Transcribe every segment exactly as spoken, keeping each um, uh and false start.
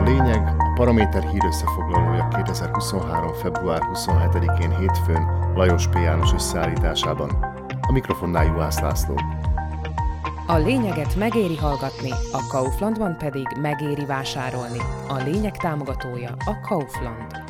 a lényeg, a Paraméter hír összefoglalója kétezer-huszonhárom. február huszonhetedikén hétfőn Lajos P. János összeállításában. A mikrofonnál Juhász László. A lényeget megéri hallgatni, a Kauflandban pedig megéri vásárolni. A lényeg támogatója a Kaufland.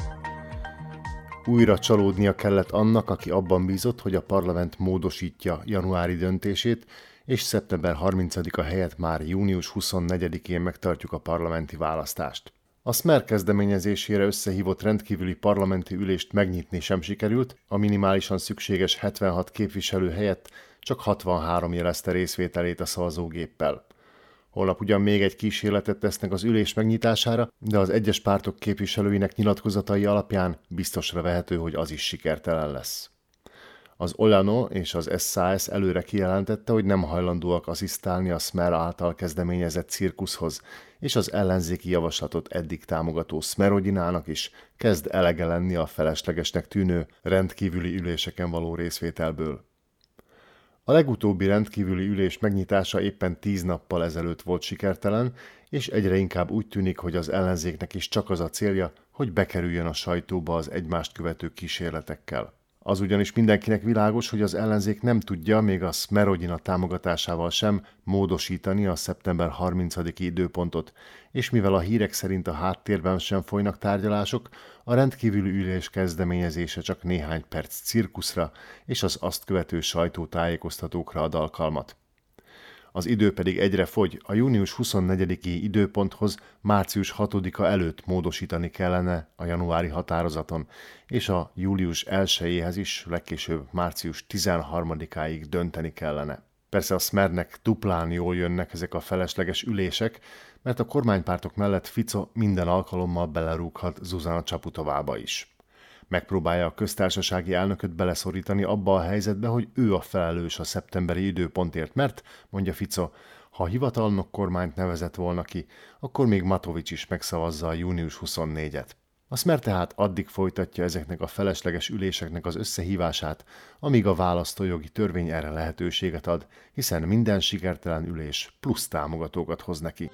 Újra csalódnia kellett annak, aki abban bízott, hogy a parlament módosítja januári döntését, és szeptember harmincadika helyett már június huszonnegyedikén megtartjuk a parlamenti választást. A Smer kezdeményezésére összehívott rendkívüli parlamenti ülést megnyitni sem sikerült, a minimálisan szükséges hetvenhat képviselő helyett csak hatvanhárom jelezte részvételét a szavazógéppel. Holnap ugyan még egy kísérletet tesznek az ülés megnyitására, de az egyes pártok képviselőinek nyilatkozatai alapján biztosra vehető, hogy az is sikertelen lesz. Az Olano és az es zá es előre kijelentette, hogy nem hajlandóak asszisztálni a Smer által kezdeményezett cirkuszhoz, és az ellenzéki javaslatot eddig támogató Smerodinának is kezd elege lenni a feleslegesnek tűnő rendkívüli üléseken való részvételből. A legutóbbi rendkívüli ülés megnyitása éppen tíz nappal ezelőtt volt sikertelen, és egyre inkább úgy tűnik, hogy az ellenzéknek is csak az a célja, hogy bekerüljön a sajtóba az egymást követő kísérletekkel. Az ugyanis mindenkinek világos, hogy az ellenzék nem tudja még a Smerodina támogatásával sem módosítani a szeptember harmincadiki időpontot, és mivel a hírek szerint a háttérben sem folynak tárgyalások, a rendkívüli ülés kezdeményezése csak néhány perc cirkuszra és az azt követő sajtótájékoztatókra ad alkalmat. Az idő pedig egyre fogy, a június huszonnegyediki időponthoz március hatodika előtt módosítani kellene a januári határozaton, és a július elsejéhez is legkésőbb március tizenharmadikáig dönteni kellene. Persze a Smernek duplán jól jönnek ezek a felesleges ülések, mert a kormánypártok mellett Fico minden alkalommal belerúghat Zuzana Csaputovába is. Megpróbálja a köztársasági elnököt beleszorítani abba a helyzetbe, hogy ő a felelős a szeptemberi időpontért, mert, mondja Fico, ha hivatalnok kormányt nevezett volna ki, akkor még Matovics is megszavazza a június huszonnegyediket. A Smer tehát addig folytatja ezeknek a felesleges üléseknek az összehívását, amíg a választójogi törvény erre lehetőséget ad, hiszen minden sikertelen ülés plusz támogatókat hoz neki.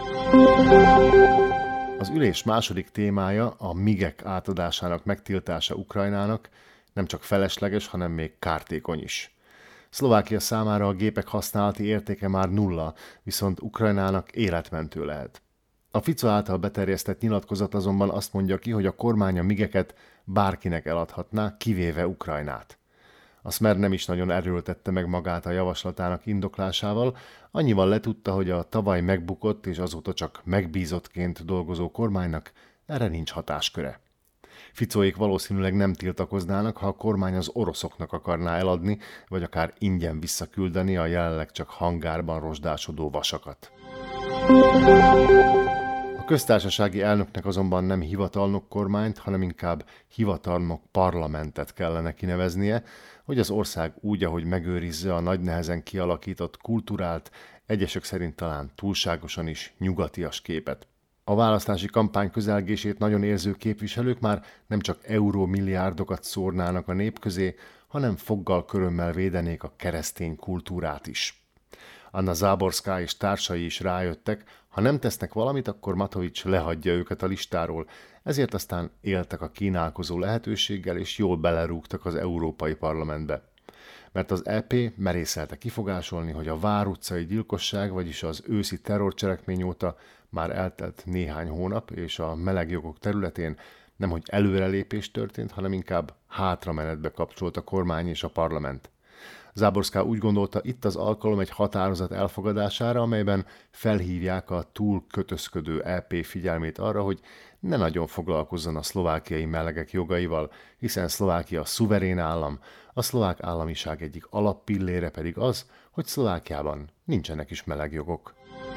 Az ülés második témája, a migek átadásának megtiltása Ukrajnának, nem csak felesleges, hanem még kártékony is. Szlovákia számára a gépek használati értéke már nulla, viszont Ukrajnának életmentő lehet. A Fico által beterjesztett nyilatkozat azonban azt mondja ki, hogy a kormány a migeket bárkinek eladhatná, kivéve Ukrajnát. A Smer nem is nagyon erőltette meg magát a javaslatának indoklásával, annyival letudta, hogy a tavaly megbukott és azóta csak megbízottként dolgozó kormánynak erre nincs hatásköre. Ficóék valószínűleg nem tiltakoznának, ha a kormány az oroszoknak akarná eladni, vagy akár ingyen visszaküldeni a jelenleg csak hangárban rozsdásodó vasakat. A köztársasági elnöknek azonban nem hivatalnok kormányt, hanem inkább hivatalnok parlamentet kellene kineveznie, hogy az ország úgy, ahogy megőrizze a nagy nehezen kialakított kulturált, egyesek szerint talán túlságosan is nyugatias képet. A választási kampány közelgését nagyon érző képviselők már nem csak eurómilliárdokat szórnának a nép közé, hanem foggal körömmel védenék a keresztény kultúrát is. Anna Záborská és társai is rájöttek, ha nem tesznek valamit, akkor Matovics lehagyja őket a listáról, ezért aztán éltek a kínálkozó lehetőséggel, és jól belerúgtak az Európai Parlamentbe. Mert az é pé merészelte kifogásolni, hogy a Vár utcai gyilkosság, vagyis az őszi terrorcselekmény óta már eltelt néhány hónap, és a melegjogok területén nemhogy előrelépés történt, hanem inkább hátramenetbe kapcsolt a kormány és a parlament. Záborská úgy gondolta, itt az alkalom egy határozat elfogadására, amelyben felhívják a túl kötözködő é pé figyelmét arra, hogy ne nagyon foglalkozzon a szlovákiai melegek jogaival, hiszen Szlovákia szuverén állam, a szlovák államiság egyik alappillére pedig az, hogy Szlovákiában nincsenek is melegjogok.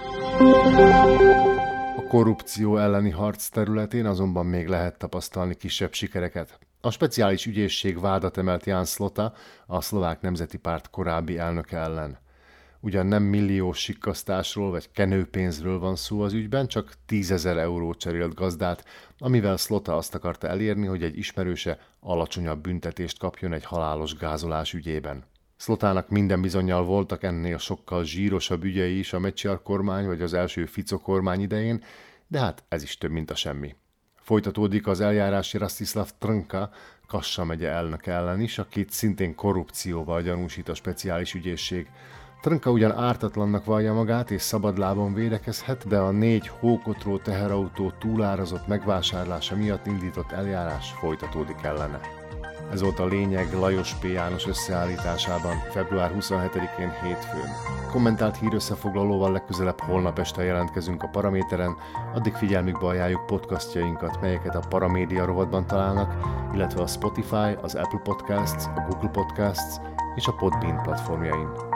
A korrupció elleni harc területén azonban még lehet tapasztalni kisebb sikereket. A speciális ügyészség vádat emelt Jan Slota, a Szlovák Nemzeti Párt korábbi elnöke ellen. Ugyan nem milliós sikkasztásról vagy kenőpénzről van szó az ügyben, csak tízezer euró cserélt gazdát, amivel Slota azt akarta elérni, hogy egy ismerőse alacsonyabb büntetést kapjon egy halálos gázolás ügyében. Slotának minden bizonnyal voltak ennél sokkal zsírosabb ügyei is a Mečiar kormány vagy az első Fico kormány idején, de hát ez is több, mint a semmi. Folytatódik az eljárási Rastislav Trnka, Kassa megye elnök ellen is, akit szintén korrupcióval gyanúsít a speciális ügyészség. Trnka ugyan ártatlannak vallja magát és szabadlábon védekezhet, de a négy hókotró teherautó túlárazott megvásárlása miatt indított eljárás folytatódik ellene. Ez volt a lényeg Lajos P. János összeállításában február huszonhetedikén hétfőn. Kommentált hírösszefoglalóval legközelebb holnap este jelentkezünk a Paraméteren, addig figyelmükbe ajánljuk podcastjainkat, melyeket a Paramédia rovatban találnak, illetve a Spotify, az Apple Podcasts, a Google Podcasts és a Podbean platformjain.